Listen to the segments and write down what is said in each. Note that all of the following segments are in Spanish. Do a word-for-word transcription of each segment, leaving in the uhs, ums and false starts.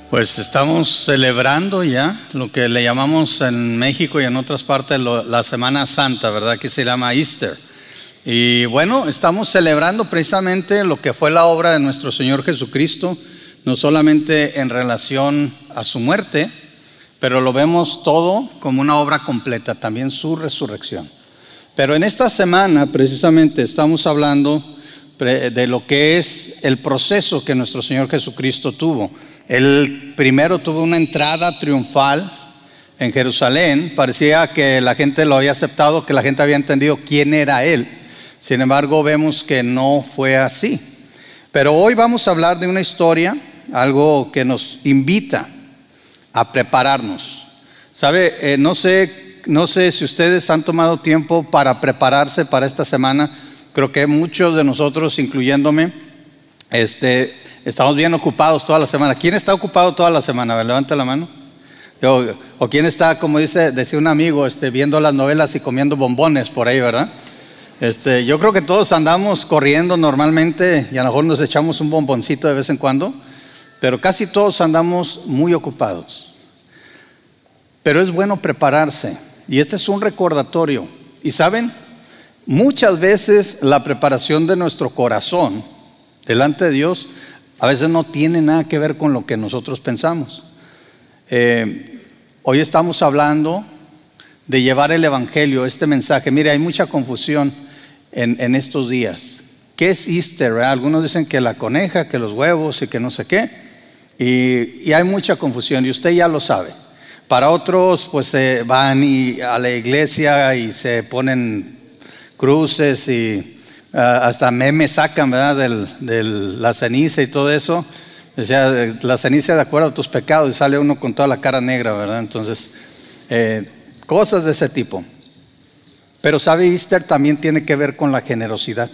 Pues estamos celebrando ya lo que le llamamos en México y en otras partes lo, la Semana Santa, ¿verdad? Que se llama Easter. Y bueno, estamos celebrando precisamente lo que fue la obra de nuestro Señor Jesucristo, no solamente en relación a su muerte, pero lo vemos todo como una obra completa, también su resurrección. Pero en esta semana precisamente estamos hablando de lo que es el proceso que nuestro Señor Jesucristo tuvo. Él primero tuvo una entrada triunfal en Jerusalén. Parecía que la gente lo había aceptado, que la gente había entendido quién era Él. Sin embargo, vemos que no fue así. Pero hoy vamos a hablar de una historia, algo que nos invita a prepararnos. ¿Sabe? Eh, no sé, no sé si ustedes han tomado tiempo para prepararse para esta semana. Creo que muchos de nosotros, incluyéndome, este, estamos bien ocupados toda la semana. ¿Quién está ocupado toda la semana? A ver, levanta la mano. O, o quién está, como dice, decía un amigo, este, viendo las novelas y comiendo bombones por ahí, ¿verdad? Este, yo creo que todos andamos corriendo normalmente y a lo mejor nos echamos un bomboncito de vez en cuando, pero casi todos andamos muy ocupados. Pero es bueno prepararse, y este es un recordatorio. Y saben, muchas veces la preparación de nuestro corazón delante de Dios a veces no tiene nada que ver con lo que nosotros pensamos. Eh, hoy estamos hablando de llevar el evangelio, este mensaje. Mire, hay mucha confusión en, en estos días. ¿Qué es Easter? ¿Verdad? Algunos dicen que la coneja, que los huevos y que no sé qué. Y, y hay mucha confusión y usted ya lo sabe. Para otros pues se van y a la iglesia y se ponen cruces y uh, hasta memes sacan, ¿verdad? Del, de la ceniza y todo eso. O sea, la ceniza de acuerdo a tus pecados, y sale uno con toda la cara negra, ¿verdad? Entonces, eh, cosas de ese tipo. Pero sabe, Easter también tiene que ver con la generosidad.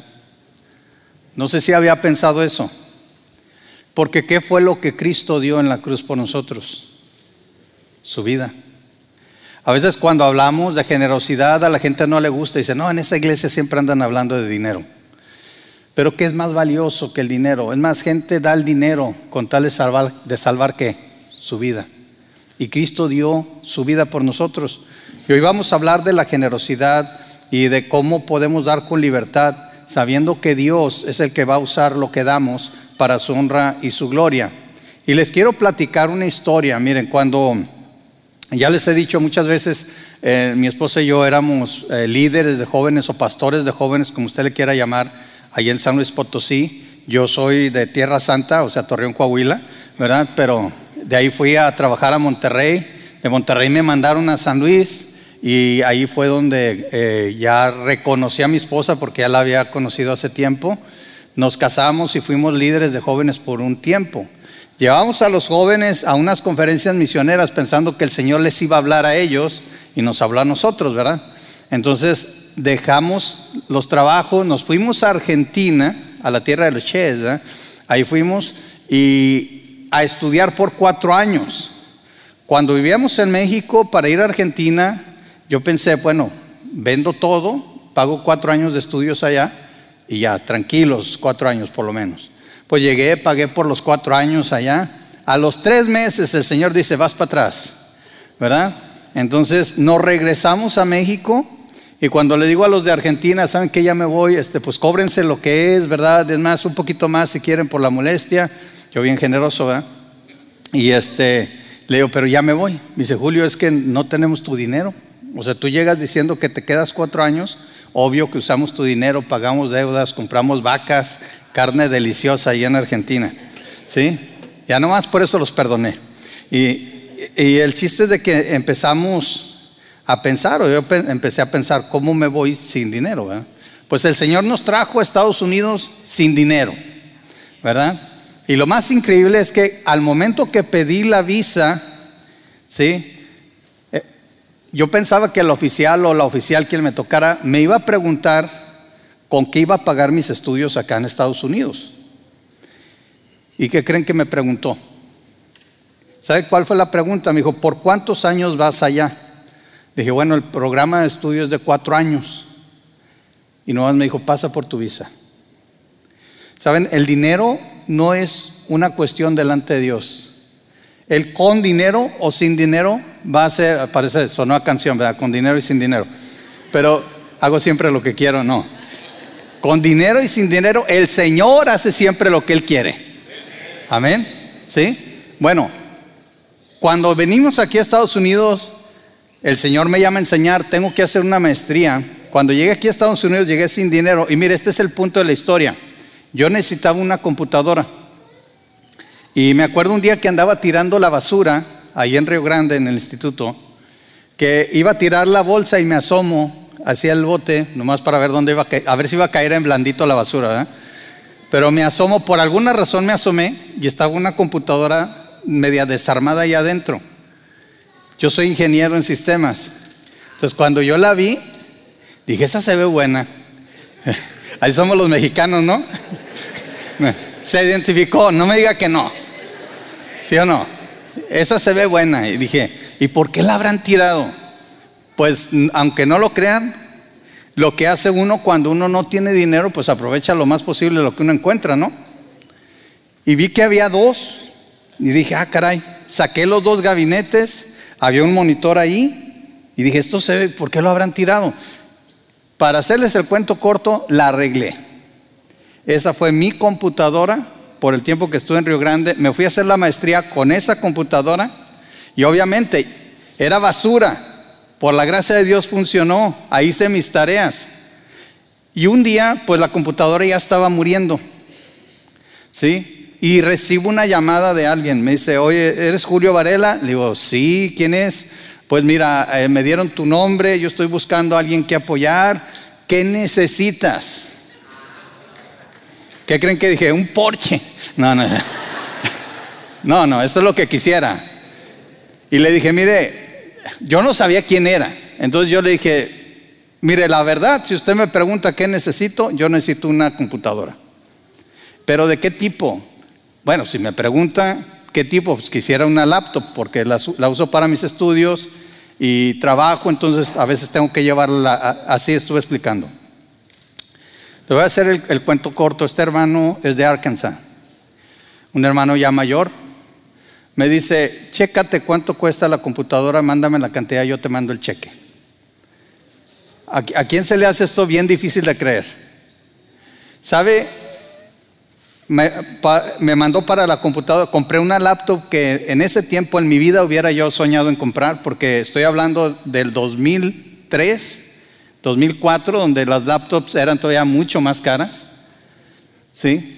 No sé si había pensado eso. Porque ¿qué fue lo que Cristo dio en la cruz por nosotros? Su vida. A veces cuando hablamos de generosidad a la gente no le gusta. Dice, no, en esa iglesia siempre andan hablando de dinero. Pero ¿qué es más valioso que el dinero? Es más, gente da el dinero con tal de salvar, de salvar ¿qué? Su vida. Y Cristo dio su vida por nosotros. Y hoy vamos a hablar de la generosidad y de cómo podemos dar con libertad, sabiendo que Dios es el que va a usar lo que damos para su honra y su gloria. Y les quiero platicar una historia. Miren, cuando ya les he dicho muchas veces, eh, mi esposa y yo éramos eh, líderes de jóvenes o pastores de jóvenes, como usted le quiera llamar, allá en San Luis Potosí. Yo soy de Tierra Santa, o sea, Torreón, Coahuila, ¿verdad? Pero de ahí fui a trabajar a Monterrey. De Monterrey me mandaron a San Luis y ahí fue donde eh, ya reconocí a mi esposa, porque ya la había conocido hace tiempo. Nos casamos y fuimos líderes de jóvenes por un tiempo. Llevamos a los jóvenes a unas conferencias misioneras pensando que el Señor les iba a hablar a ellos y nos habló a nosotros, ¿verdad? Entonces dejamos los trabajos, nos fuimos a Argentina, a la tierra de los Ches, ¿verdad? Ahí fuimos y a estudiar por cuatro años. Cuando vivíamos en México, para ir a Argentina, yo pensé, bueno, vendo todo, pago cuatro años de estudios allá y ya, tranquilos, cuatro años por lo menos. Pues llegué, pagué por los cuatro años allá. A los tres meses el Señor dice, vas para atrás, ¿verdad? Entonces nos regresamos a México. Y cuando le digo a los de Argentina, ¿saben que ya me voy? Este, pues cóbrense lo que es, ¿verdad? Es más, un poquito más si quieren por la molestia. Yo bien generoso, ¿verdad? Y este, le digo, pero ya me voy. Me dice, Julio, es que no tenemos tu dinero. O sea, tú llegas diciendo que te quedas cuatro años. Obvio que usamos tu dinero, pagamos deudas, compramos vacas, carne deliciosa allá en Argentina, ¿sí? Ya nomás por eso los perdoné. Y, y el chiste es de que empezamos a pensar, o yo empecé a pensar, ¿cómo me voy sin dinero? ¿Verdad? Pues el Señor nos trajo a Estados Unidos sin dinero, ¿verdad? Y lo más increíble es que al momento que pedí la visa, ¿sí? Eh, yo pensaba que el oficial o la oficial quien me tocara me iba a preguntar con qué iba a pagar mis estudios acá en Estados Unidos. ¿Y qué creen que me preguntó? ¿Sabe cuál fue la pregunta? Me dijo, ¿por cuántos años vas allá? Dije, bueno, el programa de estudio es de cuatro años. Y nomás me dijo, pasa por tu visa. ¿Saben? El dinero no es una cuestión delante de Dios. El con dinero o sin dinero va a ser, parece, sonó a canción, ¿verdad? Con dinero y sin dinero. Pero hago siempre lo que quiero, no. Con dinero y sin dinero, el Señor hace siempre lo que Él quiere. Amén. ¿Sí? Bueno, cuando venimos aquí a Estados Unidos, el Señor me llama a enseñar, tengo que hacer una maestría. Cuando llegué aquí a Estados Unidos, llegué sin dinero. Y mire, este es el punto de la historia. Yo necesitaba una computadora. Y me acuerdo un día que andaba tirando la basura, ahí en Río Grande, en el instituto, que iba a tirar la bolsa y me asomo hacia el bote, nomás para ver dónde iba a caer, a ver si iba a caer en blandito la basura, ¿verdad? Pero me asomo, por alguna razón me asomé y estaba una computadora media desarmada ahí adentro. Yo soy ingeniero en sistemas. Entonces cuando yo la vi, dije, esa se ve buena. Ahí somos los mexicanos, ¿no? Se identificó, no me diga que no. ¿Sí o no? Esa se ve buena. Y dije, ¿y por qué la habrán tirado? Pues aunque no lo crean, lo que hace uno cuando uno no tiene dinero, pues aprovecha lo más posible lo que uno encuentra, ¿no? Y vi que había dos. Y dije, ah, caray. Saqué los dos gabinetes, había un monitor ahí. Y dije, esto se ve, ¿por qué lo habrán tirado? Para hacerles el cuento corto, la arreglé. Esa fue mi computadora por el tiempo que estuve en Río Grande. Me fui a hacer la maestría con esa computadora y obviamente era basura. Por la gracia de Dios funcionó. Ahí hice mis tareas. Y un día, pues la computadora ya estaba muriendo. ¿Sí? Y recibo una llamada de alguien. Me dice, oye, ¿eres Julio Varela? Le digo, sí, ¿quién es? Pues mira, eh, me dieron tu nombre, yo estoy buscando a alguien que apoyar. ¿Qué necesitas? ¿Qué creen que dije? Un Porsche. No, no. No, no, eso es lo que quisiera. Y le dije, mire, yo no sabía quién era. Entonces yo le dije, mire, la verdad, si usted me pregunta qué necesito, yo necesito una computadora. ¿Pero de qué tipo? Bueno, si me pregunta qué tipo, pues quisiera una laptop, porque la, la uso para mis estudios y trabajo, entonces a veces tengo que llevarla, así estuve explicando. Le voy a hacer el, el cuento corto. Este hermano es de Arkansas, un hermano ya mayor. Me dice, chécate cuánto cuesta la computadora, mándame la cantidad, yo te mando el cheque. ¿A, a quién se le hace esto bien difícil de creer? ¿Sabe? Me, pa, me mandó para la computadora, compré una laptop que en ese tiempo en mi vida hubiera yo soñado en comprar, porque estoy hablando del dos mil tres, dos mil cuatro, donde las laptops eran todavía mucho más caras. ¿Sí?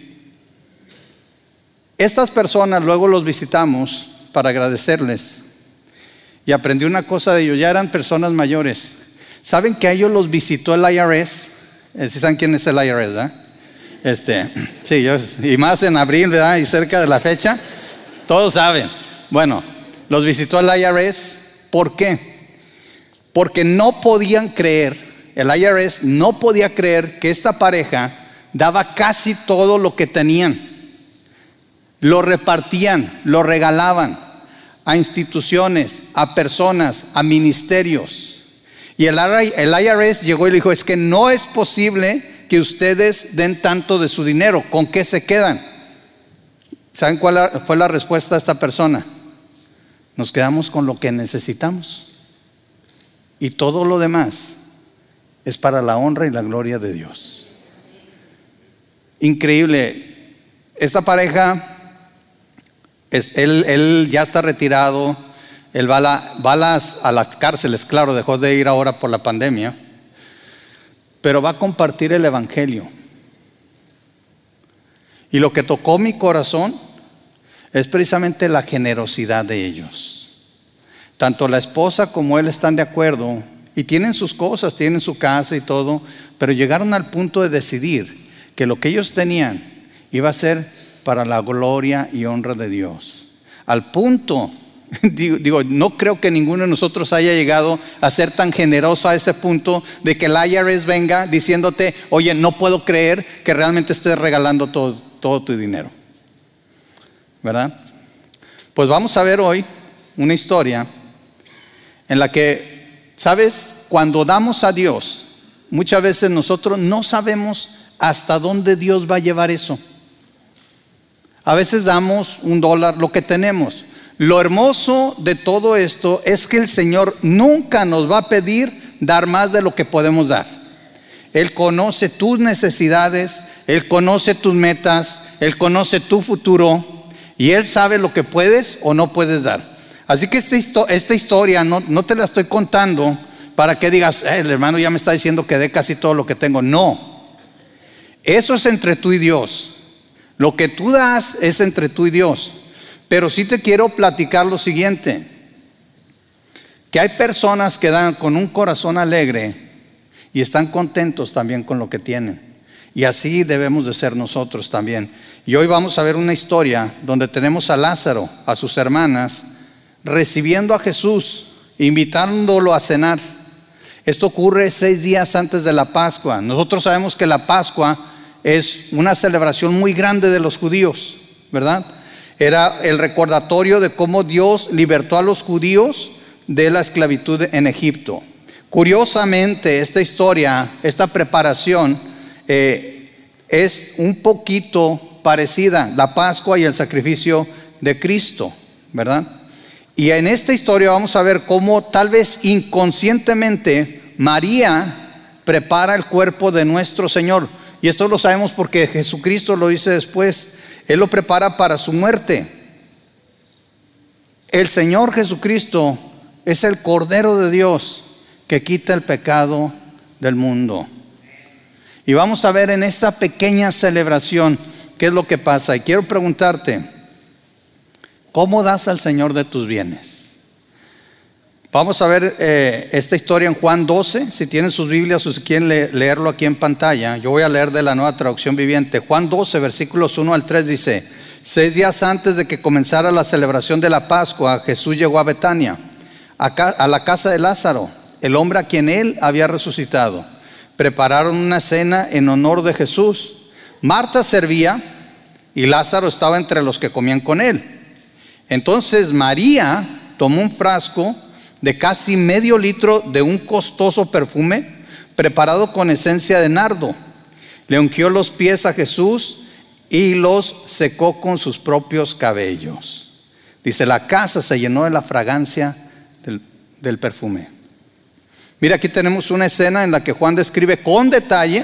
Estas personas luego los visitamos para agradecerles y aprendí una cosa de ellos. Ya eran personas mayores. ¿Saben que a ellos los visitó el I R S? ¿Sí saben quién es el I R S, verdad? Este, sí, yo, y más en abril, ¿verdad? Y cerca de la fecha, todos saben. Bueno, los visitó el I R S. ¿Por qué? Porque no podían creer, el I R S no podía creer que esta pareja daba casi todo lo que tenían. Lo repartían, lo regalaban a instituciones, a personas, a ministerios. Y el I R S llegó y le dijo, es que no es posible que ustedes den tanto de su dinero. ¿Con qué se quedan? ¿Saben cuál fue la respuesta de esta persona? Nos quedamos con lo que necesitamos. Y todo lo demás es para la honra y la gloria de Dios. Increíble. Esta pareja, es, él, él ya está retirado. Él va, a, la, va a, las, a las cárceles, claro, dejó de ir ahora por la pandemia. Pero va a compartir el evangelio. Y lo que tocó mi corazón es precisamente la generosidad de ellos. Tanto la esposa como él están de acuerdo y tienen sus cosas, tienen su casa y todo, pero llegaron al punto de decidir que lo que ellos tenían iba a ser para la gloria y honra de Dios. Al punto, digo, digo, no creo que ninguno de nosotros haya llegado a ser tan generoso a ese punto de que el I R S venga diciéndote, oye, no puedo creer que realmente estés regalando todo, todo tu dinero, ¿verdad? Pues vamos a ver hoy una historia en la que, ¿sabes? Cuando damos a Dios, muchas veces nosotros no sabemos hasta dónde Dios va a llevar eso. A veces damos un dólar, lo que tenemos, Lo hermoso de todo esto es que el Señor nunca nos va a pedir dar más de lo que podemos dar. Él conoce tus necesidades, Él conoce tus metas, Él conoce tu futuro y Él sabe lo que puedes o no puedes dar. Así que esta, histo- esta historia no, no te la estoy contando para que digas, eh, el hermano ya me está diciendo que dé casi todo lo que tengo. No, eso es entre tú y Dios. Lo que tú das es entre tú y Dios. Pero sí te quiero platicar lo siguiente, que hay personas que dan con un corazón alegre y están contentos también con lo que tienen. Y así debemos de ser nosotros también. Y hoy vamos a ver una historia donde tenemos a Lázaro, a sus hermanas, recibiendo a Jesús, invitándolo a cenar. Esto ocurre seis días antes de la Pascua. Nosotros sabemos que la Pascua es una celebración muy grande de los judíos, ¿verdad? Era el recordatorio de cómo Dios libertó a los judíos de la esclavitud en Egipto. Curiosamente, esta historia, esta preparación eh, es un poquito parecida, la Pascua y el sacrificio de Cristo, ¿verdad? Y en esta historia vamos a ver cómo tal vez inconscientemente María prepara el cuerpo de nuestro Señor. Y esto lo sabemos porque Jesucristo lo dice después. Él lo prepara para su muerte. El Señor Jesucristo es el Cordero de Dios que quita el pecado del mundo. Y vamos a ver en esta pequeña celebración qué es lo que pasa. Y quiero preguntarte, ¿cómo das al Señor de tus bienes? Vamos a ver eh, esta historia en Juan doce. Si tienen sus Biblias o si quieren le- leerlo aquí en pantalla, yo voy a leer de la Nueva Traducción Viviente. Juan doce, versículos uno al tres dice: Seis días antes de que comenzara la celebración de la Pascua, Jesús llegó a Betania, a, ca- a la casa de Lázaro, el hombre a quien él había resucitado. Prepararon una cena en honor de Jesús. Marta servía y Lázaro estaba entre los que comían con él. Entonces María tomó un frasco de casi medio litro de un costoso perfume preparado con esencia de nardo. Le ungió los pies a Jesús y los secó con sus propios cabellos. Dice, la casa se llenó de la fragancia del, del perfume. Mira, aquí tenemos una escena en la que Juan describe con detalle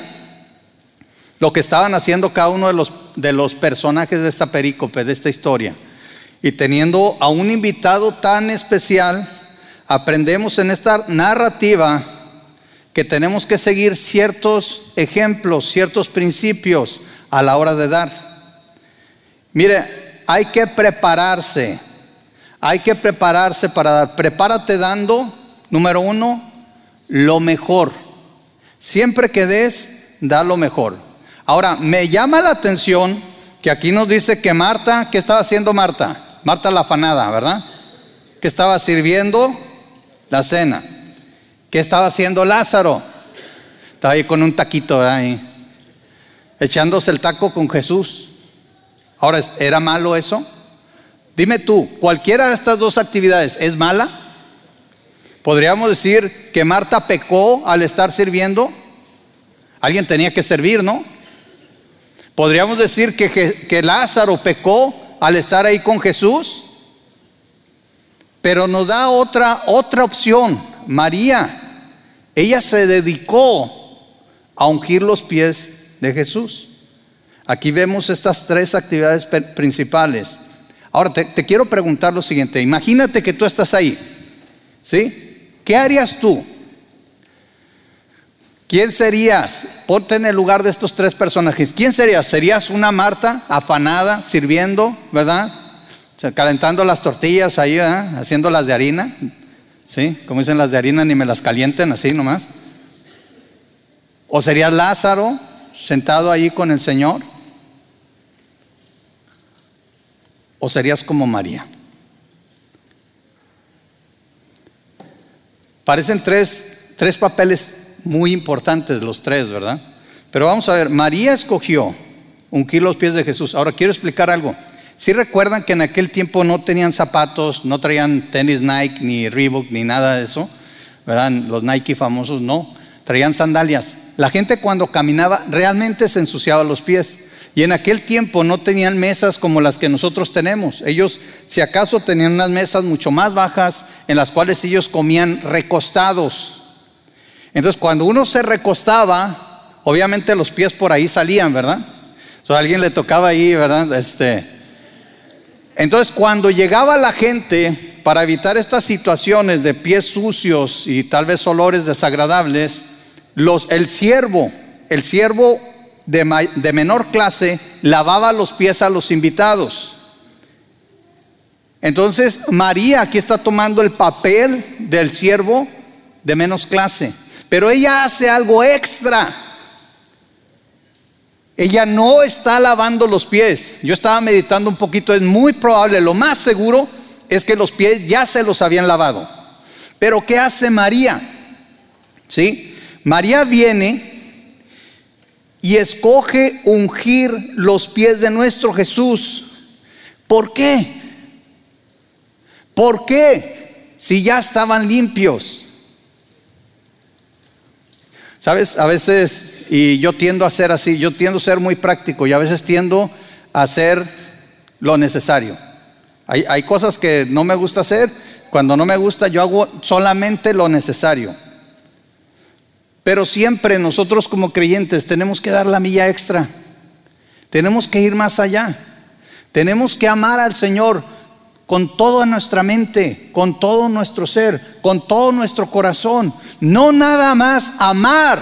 lo que estaban haciendo cada uno de los, de los personajes de esta perícope, de esta historia. Y teniendo a un invitado tan especial, aprendemos en esta narrativa que tenemos que seguir ciertos ejemplos, ciertos principios a la hora de dar. Mire, hay que prepararse, hay que prepararse para dar. Prepárate dando, número uno, lo mejor. Siempre que des, da lo mejor. Ahora, me llama la atención que aquí nos dice que Marta, ¿qué estaba haciendo Marta? Marta la afanada, ¿verdad? Que estaba sirviendo la cena. ¿Qué estaba haciendo Lázaro? Estaba ahí con un taquito, ¿verdad? Ahí, echándose el taco con Jesús. Ahora, ¿era malo eso? Dime tú, ¿cualquiera de estas dos actividades es mala? ¿Podríamos decir que Marta pecó al estar sirviendo? Alguien tenía que servir, ¿no? ¿Podríamos decir que, que Lázaro pecó al estar ahí con Jesús? Pero nos da otra, otra opción. María, ella se dedicó a ungir los pies de Jesús. Aquí vemos estas tres actividades principales. Ahora te, te quiero preguntar lo siguiente. Imagínate que tú estás ahí, ¿sí? ¿Qué harías tú? ¿Quién serías? Ponte en el lugar de estos tres personajes. ¿Quién serías? ¿Serías una Marta afanada, sirviendo, verdad? O sea, calentando las tortillas ahí, ¿verdad? Haciéndolas de harina, ¿sí? Como dicen, las de harina ni me las calienten, así nomás. ¿O serías Lázaro, sentado ahí con el Señor? ¿O serías como María? Parecen tres, tres papeles muy importantes los tres, ¿verdad? Pero vamos a ver, María escogió ungir los pies de Jesús. Ahora quiero explicar algo. ¿Sí recuerdan que en aquel tiempo no tenían zapatos, no traían tenis Nike, ni Reebok, ni nada de eso? ¿Verdad? Los Nike famosos no, traían sandalias. La gente cuando caminaba realmente se ensuciaba los pies. Y en aquel tiempo no tenían mesas como las que nosotros tenemos. Ellos, si acaso, tenían unas mesas mucho más bajas en las cuales ellos comían recostados. Entonces, cuando uno se recostaba, obviamente los pies por ahí salían, ¿verdad? O sea, a alguien le tocaba ahí, ¿verdad? Este, entonces, cuando llegaba la gente, para evitar estas situaciones de pies sucios y tal vez olores desagradables, los, el siervo, el siervo De, de menor clase lavaba los pies a los invitados. Entonces María aquí está tomando el papel del siervo de menos clase, pero ella hace algo extra. Ella no está lavando los pies. Yo estaba meditando un poquito, es muy probable, lo más seguro es que los pies ya se los habían lavado. Pero ¿qué hace María? ¿Sí? María viene y escoge ungir los pies de nuestro Jesús. ¿Por qué? ¿Por qué? Si ya estaban limpios. ¿Sabes? A veces, y yo tiendo a ser así, yo tiendo a ser muy práctico y a veces tiendo a hacer lo necesario. Hay, hay cosas que no me gusta hacer. Cuando no me gusta, yo hago solamente lo necesario. Pero siempre nosotros como creyentes tenemos que dar la milla extra. Tenemos que ir más allá. Tenemos que amar al Señor con toda nuestra mente, con todo nuestro ser, con todo nuestro corazón. No nada más amar.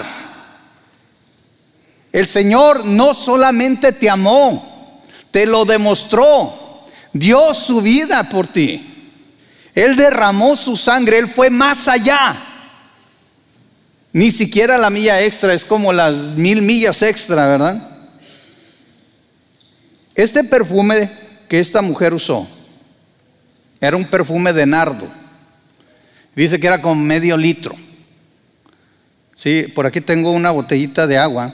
El Señor no solamente te amó, te lo demostró. Dio su vida por ti. Él derramó su sangre, Él fue más allá. Ni siquiera la milla extra, es como las mil millas extra, ¿verdad? Este perfume que esta mujer usó era un perfume de nardo. Dice que era como medio litro. Sí, por aquí tengo una botellita de agua.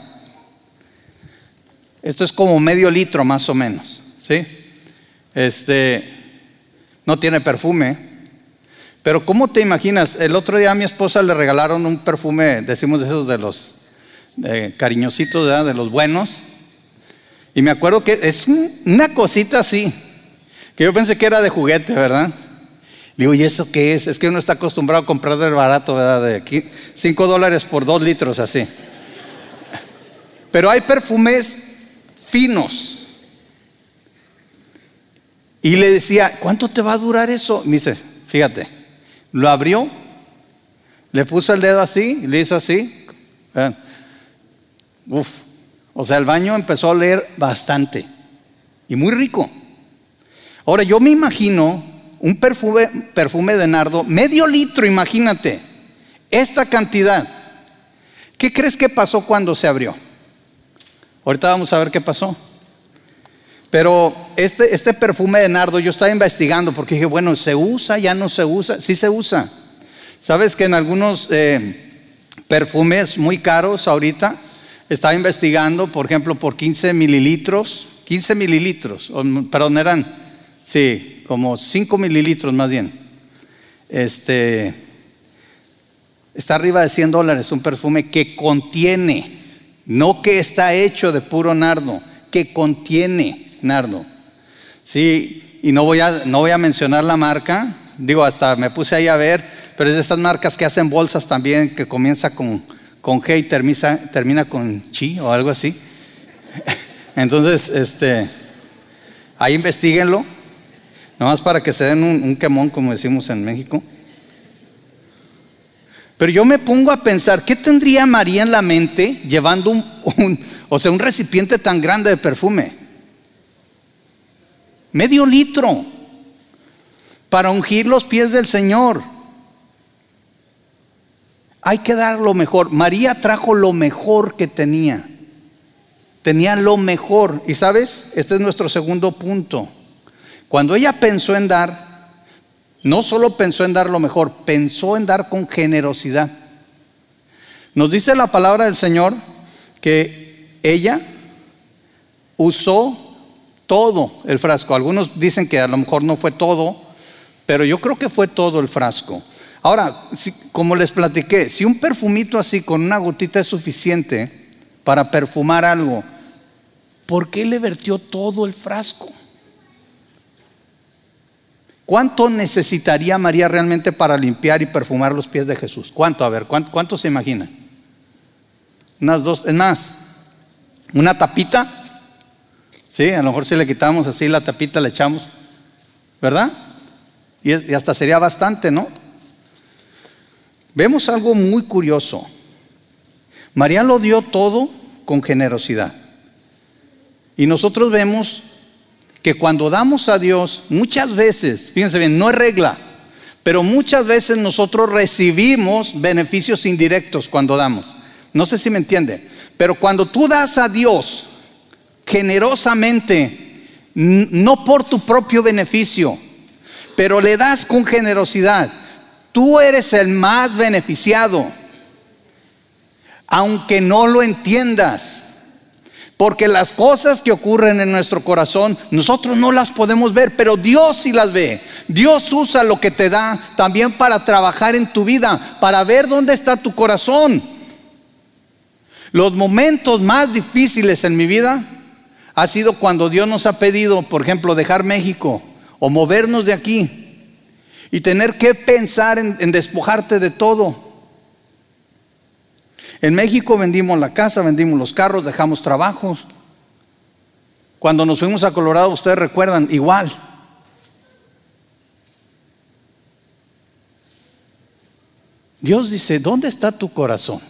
Esto es como medio litro más o menos, ¿sí? Este, no tiene perfume. Pero ¿cómo te imaginas? El otro día a mi esposa le regalaron un perfume, decimos de esos de los de cariñositos, ¿verdad? De los buenos. Y me acuerdo que es una cosita así, que yo pensé que era de juguete, ¿verdad? Digo, ¿y eso qué es? Es que uno está acostumbrado a comprar del barato, ¿verdad? De aquí, cinco dólares por dos litros, así. Pero hay perfumes finos. Y le decía, ¿cuánto te va a durar eso? Me dice, fíjate, lo abrió, le puso el dedo así, le hizo así. Uf, o sea, el baño empezó a oler bastante y muy rico. Ahora yo me imagino un perfume, perfume de nardo, medio litro, imagínate, esta cantidad. ¿Qué crees que pasó cuando se abrió? Ahorita vamos a ver qué pasó. Pero este, este perfume de nardo, yo estaba investigando porque dije, bueno, ¿se usa? ¿Ya no se usa? Sí se usa. ¿Sabes que en algunos eh, perfumes muy caros ahorita, estaba investigando, por ejemplo, por quince mililitros, quince mililitros, o, perdón, eran, sí, como cinco mililitros más bien. Este, está arriba de cien dólares un perfume que contiene, no que está hecho de puro nardo, que contiene nardo. Sí, y no voy a, no voy a mencionar la marca, digo, hasta me puse ahí a ver, pero es de esas marcas que hacen bolsas también, que comienza con, con G y termina, termina con chi o algo así. Entonces, este, ahí investiguenlo, nomás para que se den un, un quemón, como decimos en México. Pero yo me pongo a pensar, ¿qué tendría María en la mente llevando un, un o sea, un recipiente tan grande de perfume? Medio litro para ungir los pies del Señor. Hay que dar lo mejor. María trajo lo mejor que tenía. Tenía lo mejor. Y sabes, este es nuestro segundo punto. Cuando ella pensó en dar, no solo pensó en dar lo mejor, pensó en dar con generosidad. Nos dice la palabra del Señor que ella usó todo el frasco. Algunos dicen que a lo mejor no fue todo, pero yo creo que fue todo el frasco. Ahora, si, como les platiqué, si un perfumito así con una gotita es suficiente para perfumar algo, ¿por qué le vertió todo el frasco? ¿Cuánto necesitaría María realmente para limpiar y perfumar los pies de Jesús? ¿Cuánto? A ver, ¿cuánto, cuánto se imagina? Unas dos, es más, una tapita. Sí, a lo mejor si le quitamos así la tapita, le echamos, ¿verdad? Y, y hasta sería bastante, ¿no? Vemos algo muy curioso. María lo dio todo con generosidad. Y nosotros vemos que cuando damos a Dios, muchas veces, fíjense bien, no es regla, pero muchas veces nosotros recibimos beneficios indirectos cuando damos. No sé si me entiende, pero cuando tú das a Dios generosamente, no por tu propio beneficio, pero le das con generosidad, tú eres el más beneficiado, aunque no lo entiendas. Porque las cosas que ocurren en nuestro corazón, nosotros no las podemos ver, pero Dios sí las ve. Dios usa lo que te da también para trabajar en tu vida, para ver dónde está tu corazón. Los momentos más difíciles en mi vida ha sido cuando Dios nos ha pedido, por ejemplo, dejar México o movernos de aquí y tener que pensar en, en despojarte de todo. En México vendimos la casa, vendimos los carros, dejamos trabajos. Cuando nos fuimos a Colorado, ustedes recuerdan, igual. Dios dice, ¿dónde está tu corazón?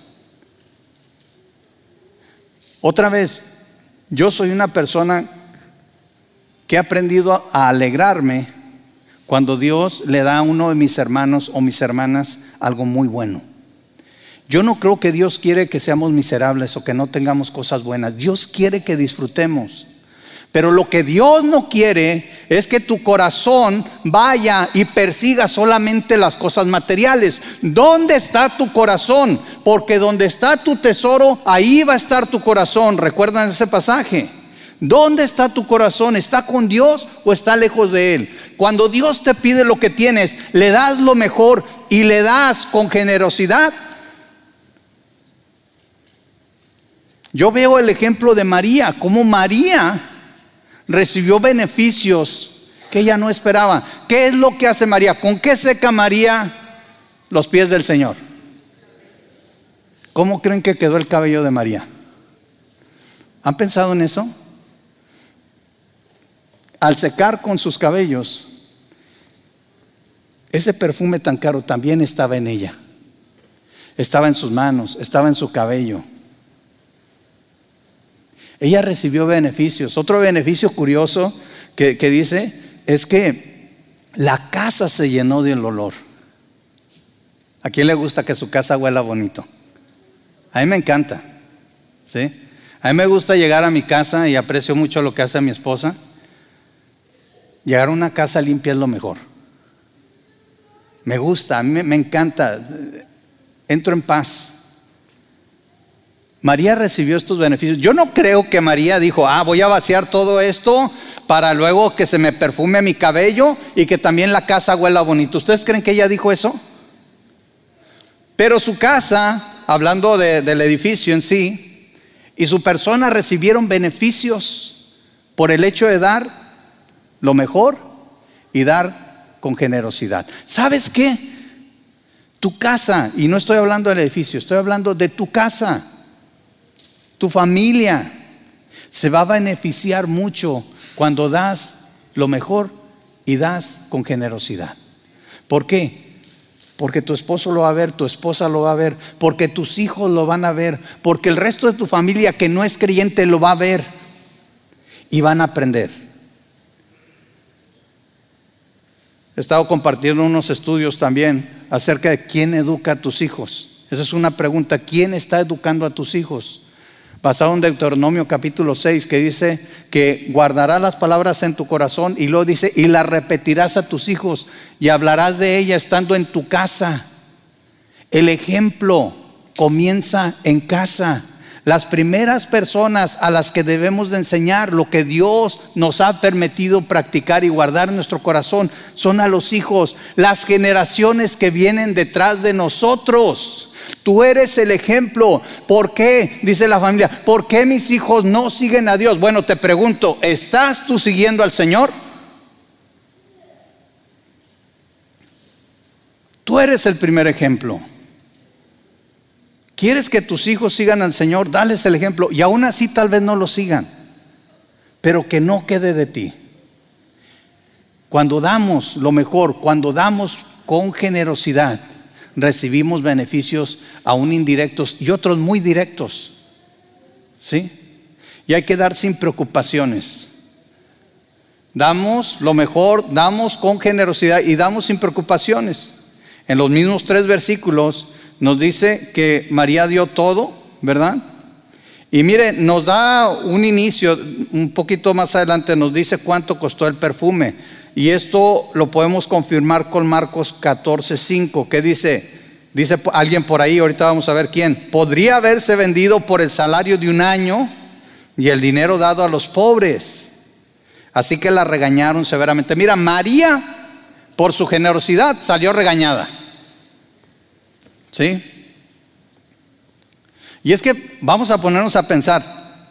Otra vez, yo soy una persona que ha aprendido a alegrarme cuando Dios le da a uno de mis hermanos o mis hermanas algo muy bueno. Yo no creo que Dios quiere que seamos miserables o que no tengamos cosas buenas. Dios quiere que disfrutemos. Pero lo que Dios no quiere es que tu corazón vaya y persiga solamente las cosas materiales. ¿Dónde está tu corazón? Porque donde está tu tesoro, ahí va a estar tu corazón. ¿Recuerdan ese pasaje? ¿Dónde está tu corazón? ¿Está con Dios o está lejos de Él? Cuando Dios te pide lo que tienes, le das lo mejor y le das con generosidad. Yo veo el ejemplo de María, cómo María recibió beneficios que ella no esperaba. ¿Qué es lo que hace María? ¿Con qué seca María los pies del Señor? ¿Cómo creen que quedó el cabello de María? ¿Han pensado en eso? Al secar con sus cabellos, ese perfume tan caro también estaba en ella. Estaba en sus manos, estaba en su cabello. Ella recibió beneficios. Otro beneficio curioso que, que dice es que la casa se llenó del olor. ¿A quién le gusta que su casa huela bonito? A mí me encanta, ¿sí? A mí me gusta llegar a mi casa y aprecio mucho lo que hace mi esposa. Llegar a una casa limpia es lo mejor. Me gusta, a mí me encanta. Entro en paz. María recibió estos beneficios. Yo no creo que María dijo, ah, voy a vaciar todo esto para luego que se me perfume mi cabello y que también la casa huela bonito. ¿Ustedes creen que ella dijo eso? Pero su casa, hablando de, del edificio en sí, y su persona recibieron beneficios por el hecho de dar lo mejor y dar con generosidad. ¿Sabes qué? Tu casa, y no estoy hablando del edificio, estoy hablando de tu casa. Tu familia se va a beneficiar mucho cuando das lo mejor y das con generosidad. ¿Por qué? Porque tu esposo lo va a ver, tu esposa lo va a ver, porque tus hijos lo van a ver, porque el resto de tu familia que no es creyente lo va a ver y van a aprender. He estado compartiendo unos estudios también acerca de quién educa a tus hijos. Esa es una pregunta. ¿Quién está educando a tus hijos? Basado en Deuteronomio capítulo seis, que dice que guardarás las palabras en tu corazón, y luego dice, y las repetirás a tus hijos y hablarás de ellas estando en tu casa. El ejemplo comienza en casa. Las primeras personas a las que debemos de enseñar lo que Dios nos ha permitido practicar y guardar en nuestro corazón son a los hijos, las generaciones que vienen detrás de nosotros. Tú eres el ejemplo. ¿Por qué? Dice la familia, ¿por qué mis hijos no siguen a Dios? Bueno, te pregunto, ¿estás tú siguiendo al Señor? Tú eres el primer ejemplo. ¿Quieres que tus hijos sigan al Señor? Dales el ejemplo. Y aún así tal vez no lo sigan, pero que no quede de ti. Cuando damos lo mejor, cuando damos con generosidad, recibimos beneficios aún indirectos y otros muy directos. ¿Sí? Y hay que dar sin preocupaciones. Damos lo mejor, damos con generosidad y damos sin preocupaciones. En los mismos tres versículos nos dice que María dio todo, ¿verdad? Y mire, nos da un inicio, un poquito más adelante nos dice cuánto costó el perfume. Y esto lo podemos confirmar con Marcos catorce cinco, que dice, dice alguien por ahí, ahorita vamos a ver quién, podría haberse vendido por el salario de un año y el dinero dado a los pobres. Así que la regañaron severamente. Mira, María, por su generosidad, salió regañada. ¿Sí? Y es que vamos a ponernos a pensar,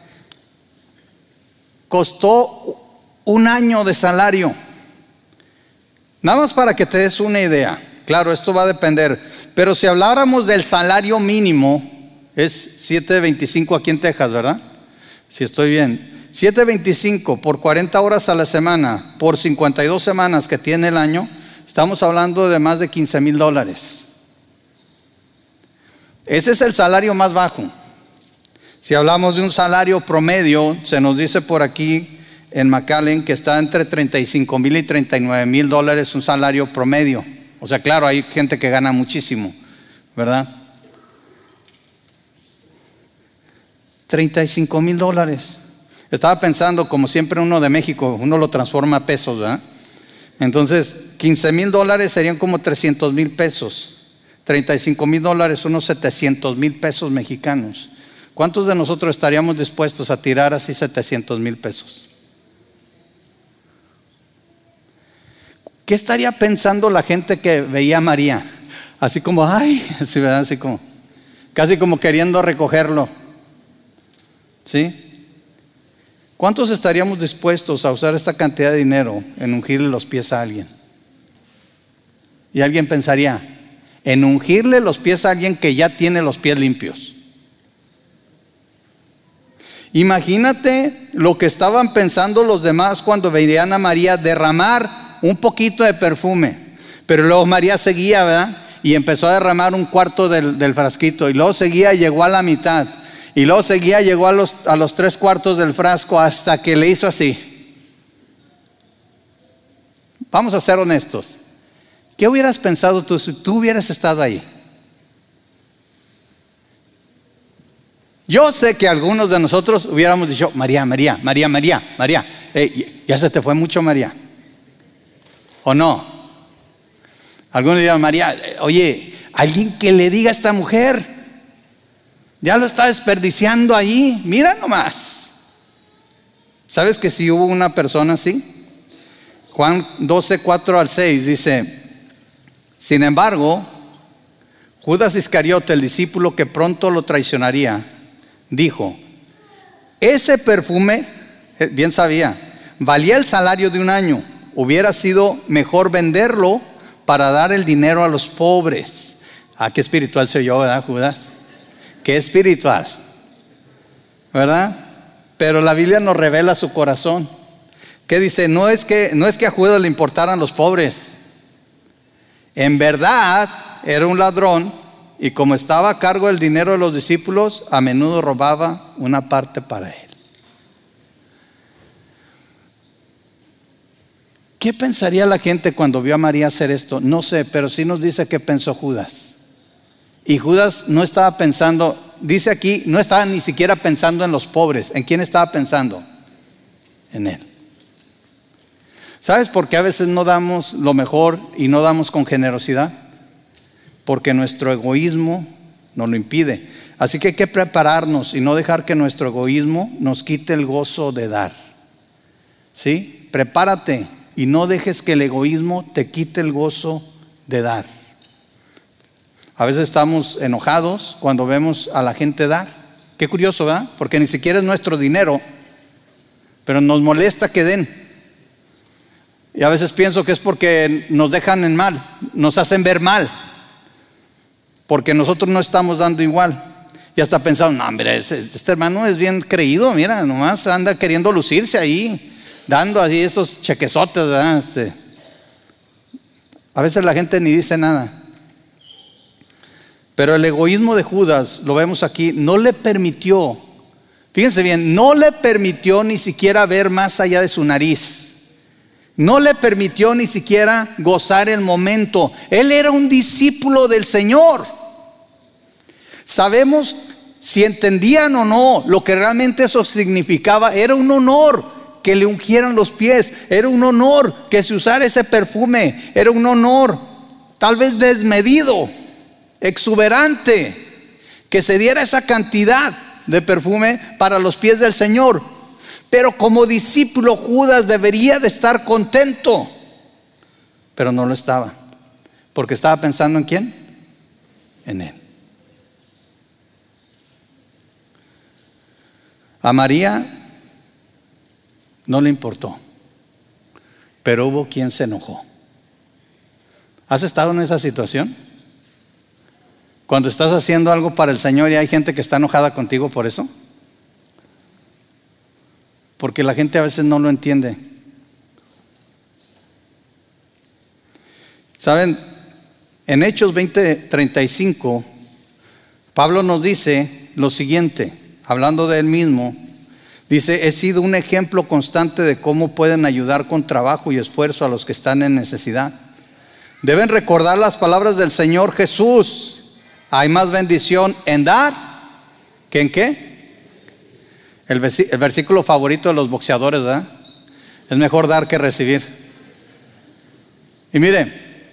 costó un año de salario. Nada más para que te des una idea. Claro, esto va a depender, pero si habláramos del salario mínimo, es siete veinticinco aquí en Texas, ¿verdad? Si estoy bien, siete veinticinco por cuarenta horas a la semana, por cincuenta y dos semanas que tiene el año, estamos hablando de más de quince mil dólares. Ese es el salario más bajo. Si hablamos de un salario promedio, se nos dice por aquí en McAllen que está entre treinta y cinco mil y treinta y nueve mil dólares un salario promedio. O sea, claro, hay gente que gana muchísimo, ¿verdad? treinta y cinco mil dólares. Estaba pensando, como siempre uno de México, uno lo transforma a pesos, ¿verdad? Entonces, quince mil dólares serían como trescientos mil pesos. treinta y cinco mil dólares, unos setecientos mil pesos mexicanos. ¿Cuántos de nosotros estaríamos dispuestos a tirar así setecientos mil pesos? ¿Qué estaría pensando la gente que veía a María? Así como, ay, así, ¿verdad? Así como, casi como queriendo recogerlo. ¿Sí? ¿Cuántos estaríamos dispuestos a usar esta cantidad de dinero en ungirle los pies a alguien? Y alguien pensaría, en ungirle los pies a alguien que ya tiene los pies limpios. Imagínate lo que estaban pensando los demás cuando veían a María derramar un poquito de perfume. Pero luego María seguía, ¿verdad? Y empezó a derramar un cuarto del, del frasquito. Y luego seguía y llegó a la mitad. Y luego seguía, llegó a los, a los tres cuartos del frasco hasta que le hizo así. Vamos a ser honestos. ¿Qué hubieras pensado tú si tú hubieras estado ahí? Yo sé que algunos de nosotros hubiéramos dicho, María, María, María, María, María, eh, ya se te fue mucho, María. ¿O no? Algunos dirán, María, oye, alguien que le diga a esta mujer, ya lo está desperdiciando ahí, mira nomás. ¿Sabes que si hubo una persona así? Juan doce, cuatro al seis dice, sin embargo, Judas Iscariote, el discípulo que pronto lo traicionaría, dijo, ese perfume, bien sabía, valía el salario de un año. Hubiera sido mejor venderlo para dar el dinero a los pobres. Ah, qué espiritual soy yo, ¿verdad, Judas? Qué espiritual, ¿verdad? Pero la Biblia nos revela su corazón. ¿Qué dice? No es que, no es que a Judas le importaran los pobres. En verdad era un ladrón y como estaba a cargo del dinero de los discípulos, a menudo robaba una parte para él. ¿Qué pensaría la gente cuando vio a María hacer esto? No sé, pero sí nos dice que pensó Judas. Y Judas no estaba pensando, dice aquí, no estaba ni siquiera pensando en los pobres. ¿En quién estaba pensando? En él. ¿Sabes por qué a veces no damos lo mejor y no damos con generosidad? Porque nuestro egoísmo nos lo impide. Así que hay que prepararnos y no dejar que nuestro egoísmo nos quite el gozo de dar. ¿Sí? Prepárate. Y no dejes que el egoísmo te quite el gozo de dar. A veces estamos enojados cuando vemos a la gente dar. Qué curioso, ¿verdad? Porque ni siquiera es nuestro dinero, pero nos molesta que den. Y a veces pienso que es porque nos dejan en mal, nos hacen ver mal, porque nosotros no estamos dando igual. Y hasta pensamos, no, mira, este hermano es bien creído, mira, nomás anda queriendo lucirse ahí, dando así esos chequezotes, ¿verdad? Este, a veces la gente ni dice nada. Pero el egoísmo de Judas, lo vemos aquí, no le permitió, fíjense bien, no le permitió ni siquiera ver más allá de su nariz. No le permitió ni siquiera gozar el momento. Él era un discípulo del Señor. Sabemos si entendían o no lo que realmente eso significaba. Era un honor que le ungieran los pies. Era un honor que se usara ese perfume. Era un honor tal vez desmedido, exuberante, que se diera esa cantidad de perfume para los pies del Señor. Pero como discípulo, Judas debería de estar contento, pero no lo estaba, porque estaba pensando en ¿quién? En él. A María no le importó, pero hubo quien se enojó. ¿Has estado en esa situación? Cuando estás haciendo algo para el Señor y hay gente que está enojada contigo por eso. Porque la gente a veces no lo entiende. Saben, en Hechos veinte treinta y cinco, Pablo nos dice lo siguiente, hablando de él mismo. Dice: he sido un ejemplo constante de cómo pueden ayudar con trabajo y esfuerzo a los que están en necesidad. Deben recordar las palabras del Señor Jesús: hay más bendición en dar que en ¿qué? El, vers- el versículo favorito de los boxeadores, ¿verdad? Es mejor dar que recibir. Y mire,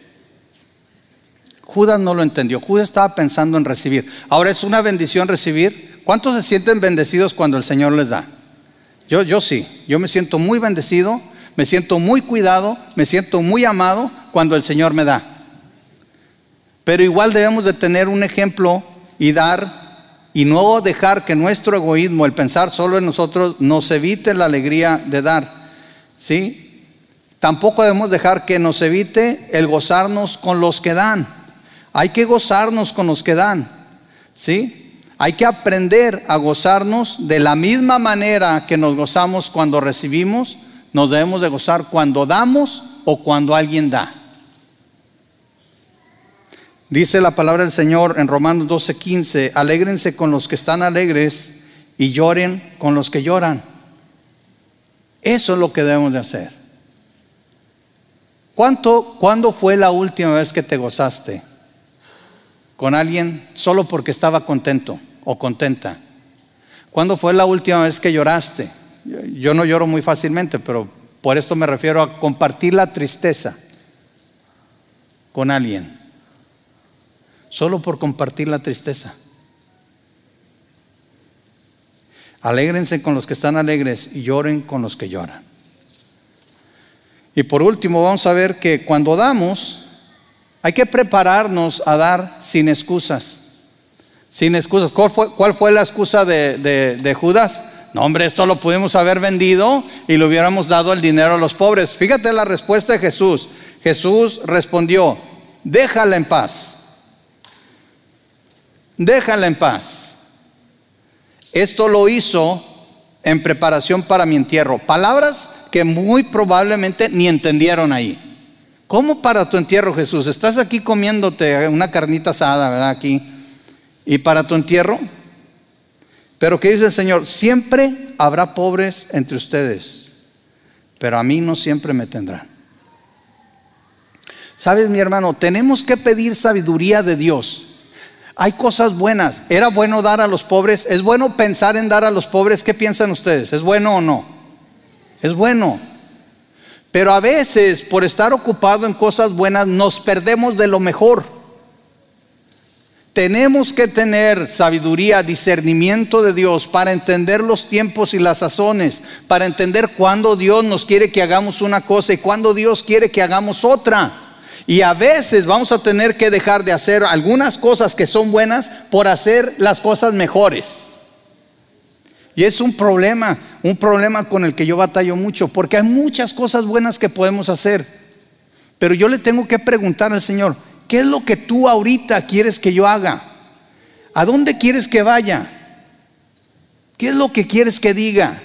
Judas no lo entendió. Judas estaba pensando en recibir. Ahora, ¿es una bendición recibir? ¿Cuántos se sienten bendecidos cuando el Señor les da? Yo, yo sí, yo me siento muy bendecido, me siento muy cuidado, me siento muy amado cuando el Señor me da. Pero igual debemos de tener un ejemplo y dar, y no dejar que nuestro egoísmo, el pensar solo en nosotros, nos evite la alegría de dar, ¿sí? Tampoco debemos dejar que nos evite el gozarnos con los que dan. Hay que gozarnos con los que dan, ¿sí? Hay que aprender a gozarnos de la misma manera que nos gozamos cuando recibimos. Nos debemos de gozar cuando damos o cuando alguien da. Dice la palabra del Señor en Romanos doce quince: alégrense con los que están alegres y lloren con los que lloran. Eso es lo que debemos de hacer. ¿Cuánto, ¿Cuándo fue la última vez que te gozaste con alguien solo porque estaba contento o contenta? ¿Cuándo fue la última vez que lloraste? Yo, yo no lloro muy fácilmente, pero por esto me refiero a compartir la tristeza con alguien. Solo por compartir la tristeza. Alégrense con los que están alegres y lloren con los que lloran. Y por último, vamos a ver que cuando damos, hay que prepararnos a dar sin excusas. Sin excusas. ¿Cuál fue, cuál fue la excusa de, de, de Judas? No, hombre, esto lo pudimos haber vendido y le hubiéramos dado el dinero a los pobres. Fíjate la respuesta de Jesús. Jesús respondió: déjala en paz. Déjala en paz. Esto lo hizo en preparación para mi entierro. Palabras que muy probablemente ni entendieron ahí. ¿Cómo para tu entierro, Jesús? Estás aquí comiéndote una carnita asada, ¿verdad? Aquí. ¿Y para tu entierro? Pero ¿qué dice el Señor? Siempre habrá pobres entre ustedes, pero a mí no siempre me tendrán. ¿Sabes, mi hermano? Tenemos que pedir sabiduría de Dios. Hay cosas buenas. ¿Era bueno dar a los pobres? ¿Es bueno pensar en dar a los pobres? ¿Qué piensan ustedes? ¿Es bueno o no? Es bueno. Pero a veces, por estar ocupado en cosas buenas, nos perdemos de lo mejor. Tenemos que tener sabiduría, discernimiento de Dios para entender los tiempos y las sazones, para entender cuándo Dios nos quiere que hagamos una cosa y cuándo Dios quiere que hagamos otra. Y a veces vamos a tener que dejar de hacer algunas cosas que son buenas por hacer las cosas mejores. Y es un problema, un problema con el que yo batallo mucho, porque hay muchas cosas buenas que podemos hacer. Pero yo le tengo que preguntar al Señor, ¿qué es lo que tú ahorita quieres que yo haga? ¿A dónde quieres que vaya? ¿Qué es lo que quieres que diga?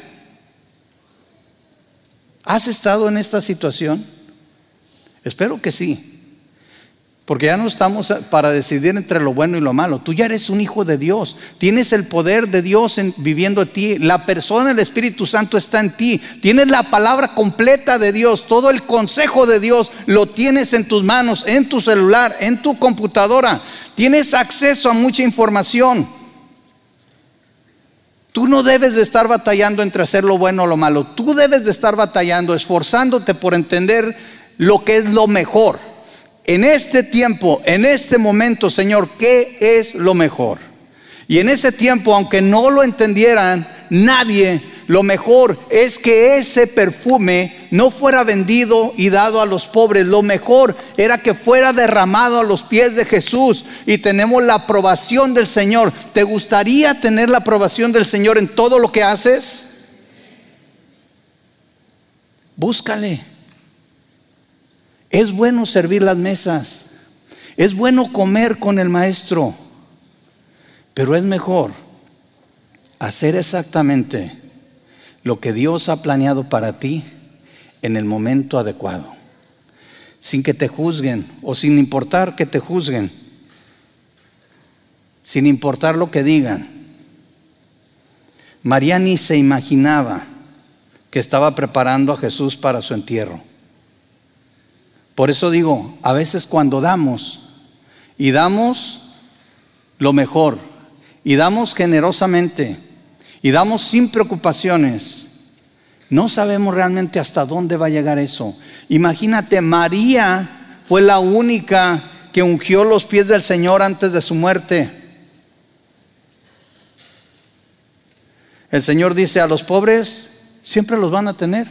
¿Has estado en esta situación? Espero que sí. Porque ya no estamos para decidir entre lo bueno y lo malo. Tú ya eres un hijo de Dios. Tienes el poder de Dios en, viviendo en ti. La persona, el Espíritu Santo está en ti. Tienes la palabra completa de Dios. Todo el consejo de Dios lo tienes en tus manos, en tu celular, en tu computadora. Tienes acceso a mucha información. Tú no debes de estar batallando entre hacer lo bueno o lo malo. Tú debes de estar batallando, esforzándote por entender lo que es lo mejor. En este tiempo, en este momento, Señor, ¿qué es lo mejor? Y en ese tiempo, aunque no lo entendieran nadie, lo mejor es que ese perfume no fuera vendido y dado a los pobres. Lo mejor era que fuera derramado a los pies de Jesús. Y tenemos la aprobación del Señor. ¿Te gustaría tener la aprobación del Señor en todo lo que haces? Búscale. Es bueno servir las mesas, es bueno comer con el maestro, pero es mejor hacer exactamente lo que Dios ha planeado para ti en el momento adecuado, sin que te juzguen o sin importar que te juzguen, sin importar lo que digan. María ni se imaginaba que estaba preparando a Jesús para su entierro. Por eso digo, a veces cuando damos, y damos lo mejor, y damos generosamente, y damos sin preocupaciones, no sabemos realmente hasta dónde va a llegar eso. Imagínate, María fue la única que ungió los pies del Señor antes de su muerte. El Señor dice, a los pobres siempre los van a tener.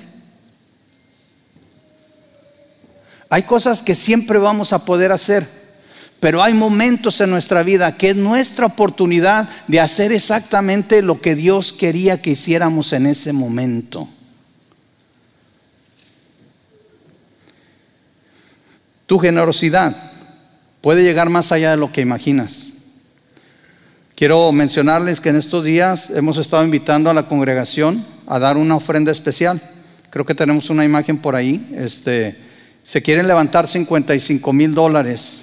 Hay cosas que siempre vamos a poder hacer, pero hay momentos en nuestra vida que es nuestra oportunidad de hacer exactamente lo que Dios quería que hiciéramos en ese momento. Tu generosidad puede llegar más allá de lo que imaginas. Quiero mencionarles que en estos días hemos estado invitando a la congregación a dar una ofrenda especial. Creo que tenemos una imagen por ahí. Este Se quieren levantar cincuenta y cinco mil dólares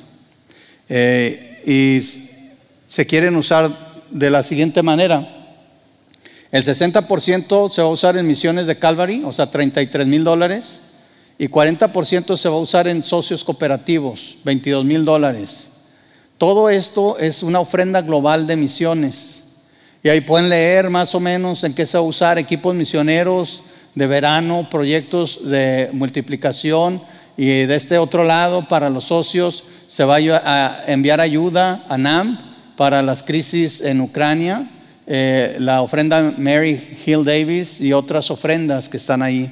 eh, y se quieren usar de la siguiente manera. El sesenta por ciento se va a usar en misiones de Calvary, o sea, treinta y tres mil dólares, y cuarenta por ciento se va a usar en socios cooperativos, veintidós mil dólares. Todo esto es una ofrenda global de misiones. Y ahí pueden leer más o menos en qué se va a usar: equipos misioneros de verano, proyectos de multiplicación. Y de este otro lado, para los socios, se va a enviar ayuda a N A M para las crisis en Ucrania, eh, la ofrenda Mary Hill Davis y otras ofrendas que están ahí.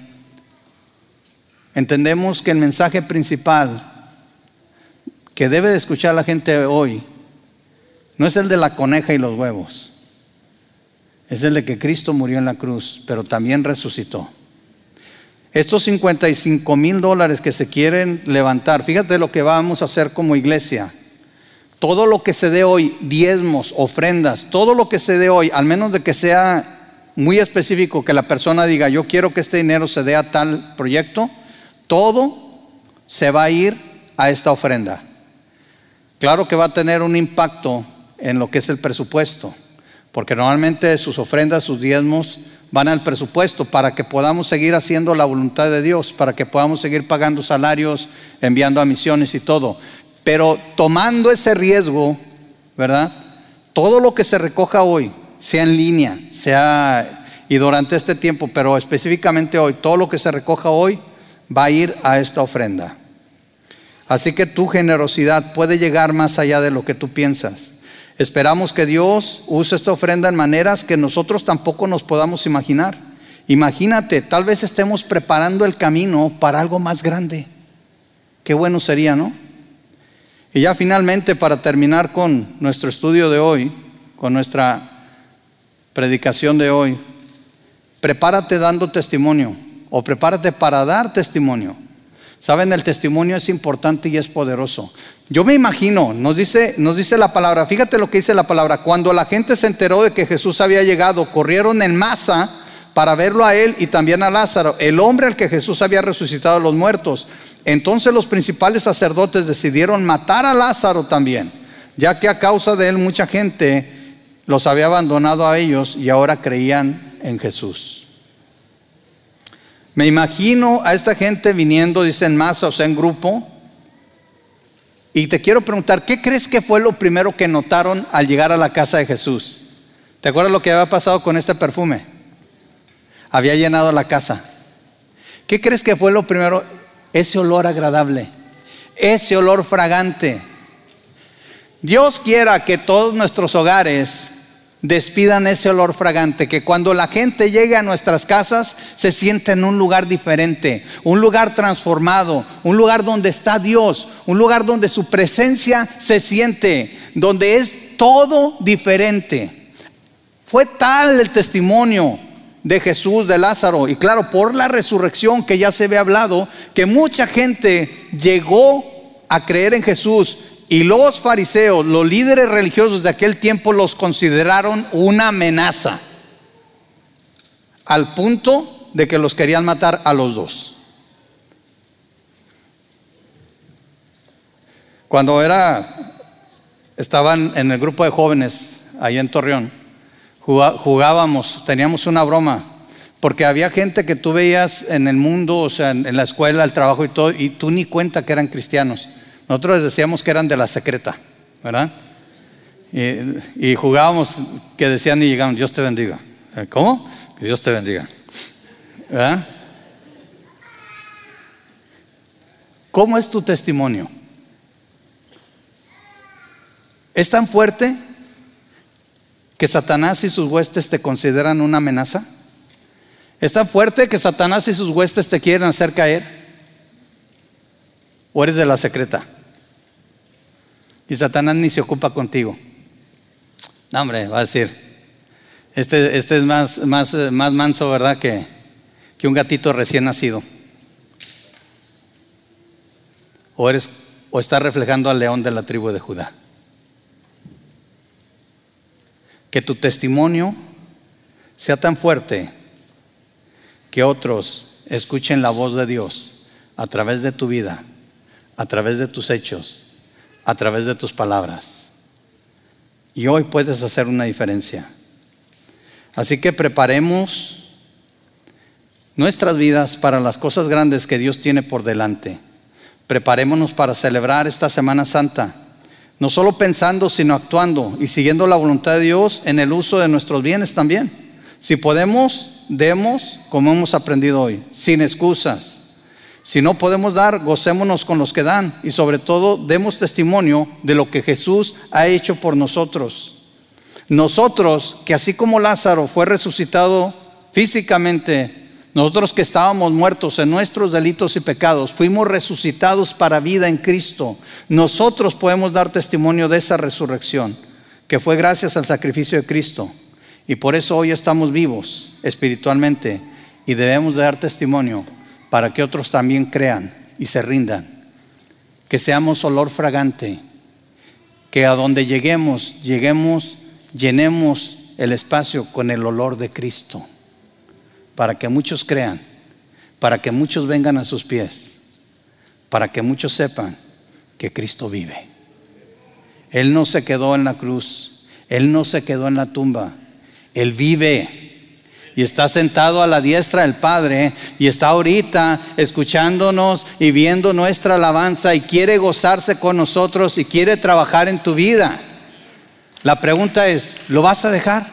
Entendemos que el mensaje principal que debe de escuchar la gente hoy no es el de la coneja y los huevos, es el de que Cristo murió en la cruz, pero también resucitó. Estos cincuenta y cinco mil dólares que se quieren levantar, fíjate lo que vamos a hacer como iglesia. Todo lo que se dé hoy, diezmos, ofrendas, todo lo que se dé hoy, al menos de que sea muy específico, que la persona diga, yo quiero que este dinero se dé a tal proyecto, todo se va a ir a esta ofrenda. Claro que va a tener un impacto en lo que es el presupuesto, porque normalmente sus ofrendas, sus diezmos van al presupuesto para que podamos seguir haciendo la voluntad de Dios, para que podamos seguir pagando salarios, enviando a misiones y todo. Pero tomando ese riesgo, ¿verdad? Todo lo que se recoja hoy, sea en línea, sea y durante este tiempo, pero específicamente hoy, todo lo que se recoja hoy va a ir a esta ofrenda. Así que tu generosidad puede llegar más allá de lo que tú piensas. Esperamos que Dios use esta ofrenda en maneras que nosotros tampoco nos podamos imaginar. Imagínate, tal vez estemos preparando el camino para algo más grande. Qué bueno sería, ¿no? Y ya finalmente, para terminar con nuestro estudio de hoy, con nuestra predicación de hoy, prepárate dando testimonio, o prepárate para dar testimonio. Saben, el testimonio es importante y es poderoso. Yo me imagino, nos dice, nos dice la palabra, fíjate lo que dice la palabra: cuando la gente se enteró de que Jesús había llegado, corrieron en masa para verlo a él y también a Lázaro, el hombre al que Jesús había resucitado de los muertos. Entonces los principales sacerdotes decidieron matar a Lázaro también, ya que a causa de él mucha gente los había abandonado a ellos y ahora creían en Jesús. Me imagino a esta gente viniendo, dice, en masa, o sea, en grupo. Y te quiero preguntar, ¿qué crees que fue lo primero que notaron al llegar a la casa de Jesús? ¿Te acuerdas lo que había pasado con este perfume? Había llenado la casa. ¿Qué crees que fue lo primero? Ese olor agradable, ese olor fragante. Dios quiera que todos nuestros hogares despidan ese olor fragante, que cuando la gente llegue a nuestras casas se sienta en un lugar diferente, un lugar transformado, un lugar donde está Dios, un lugar donde su presencia se siente, donde es todo diferente. Fue tal el testimonio de Jesús, de Lázaro, y claro, por la resurrección que ya se había hablado, que mucha gente llegó a creer en Jesús. Y los fariseos, los líderes religiosos de aquel tiempo, los consideraron una amenaza, al punto de que los querían matar a los dos. Cuando era, estaban en el grupo de jóvenes ahí en Torreón, jugábamos, teníamos una broma, porque había gente que tú veías en el mundo, o sea, en la escuela, el trabajo y todo, y tú ni cuenta que eran cristianos. Nosotros les decíamos que eran de la secreta, ¿verdad? Y, y jugábamos que decían y llegaban, Dios te bendiga. ¿Cómo? Que Dios te bendiga, ¿verdad? ¿Cómo es tu testimonio? ¿Es tan fuerte que Satanás y sus huestes te consideran una amenaza? ¿Es tan fuerte que Satanás y sus huestes te quieren hacer caer? ¿O eres de la secreta? Y Satanás ni se ocupa contigo. No, hombre, va a decir, este, este es más, más, más manso, ¿verdad? Que, que un gatito recién nacido. O eres, o estás reflejando al león de la tribu de Judá. Que tu testimonio sea tan fuerte que otros escuchen la voz de Dios a través de tu vida, a través de tus hechos, a través de tus palabras. Y hoy puedes hacer una diferencia. Así que preparemos nuestras vidas para las cosas grandes que Dios tiene por delante. Preparémonos para celebrar esta Semana Santa, no solo pensando, sino actuando y siguiendo la voluntad de Dios en el uso de nuestros bienes también. Si podemos, demos como hemos aprendido hoy, sin excusas. Si no podemos dar, gocémonos con los que dan, y sobre todo demos testimonio de lo que Jesús ha hecho por nosotros. Nosotros, que así como Lázaro fue resucitado físicamente, nosotros que estábamos muertos en nuestros delitos y pecados, fuimos resucitados para vida en Cristo. Nosotros podemos dar testimonio de esa resurrección, que fue gracias al sacrificio de Cristo. Y por eso hoy estamos vivos espiritualmente y debemos de dar testimonio para que otros también crean y se rindan. Que seamos olor fragante, que a donde lleguemos, lleguemos, llenemos el espacio con el olor de Cristo, para que muchos crean, para que muchos vengan a sus pies, para que muchos sepan que Cristo vive. Él no se quedó en la cruz, Él no se quedó en la tumba, Él vive. Y está sentado a la diestra del Padre y está ahorita escuchándonos y viendo nuestra alabanza y quiere gozarse con nosotros y quiere trabajar en tu vida. La pregunta es, ¿lo vas a dejar?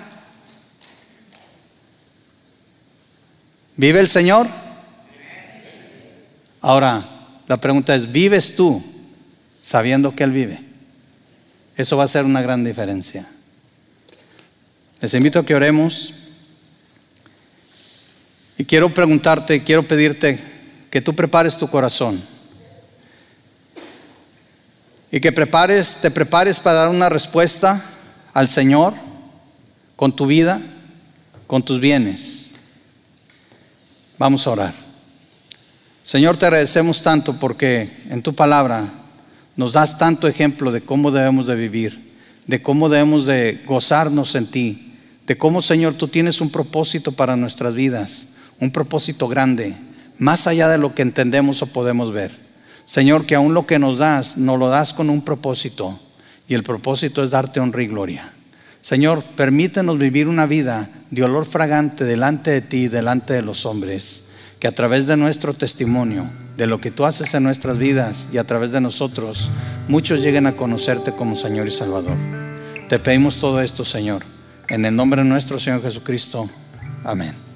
¿Vive el Señor? Ahora, la pregunta es, ¿vives tú sabiendo que Él vive? Eso va a ser una gran diferencia. Les invito a que oremos. Y quiero preguntarte, quiero pedirte que tú prepares tu corazón. y que prepares, te prepares para dar una respuesta al Señor con tu vida, con tus bienes. Vamos a orar. Señor, te agradecemos tanto porque en tu palabra nos das tanto ejemplo de cómo debemos de vivir, de cómo debemos de gozarnos en ti, de cómo, Señor, tú tienes un propósito para nuestras vidas, un propósito grande, más allá de lo que entendemos o podemos ver. Señor, que aún lo que nos das, nos lo das con un propósito, y el propósito es darte honra y gloria. Señor, permítenos vivir una vida de olor fragante delante de ti, delante de los hombres, que a través de nuestro testimonio, de lo que tú haces en nuestras vidas y a través de nosotros, muchos lleguen a conocerte como Señor y Salvador. Te pedimos todo esto, Señor, en el nombre de nuestro Señor Jesucristo. Amén.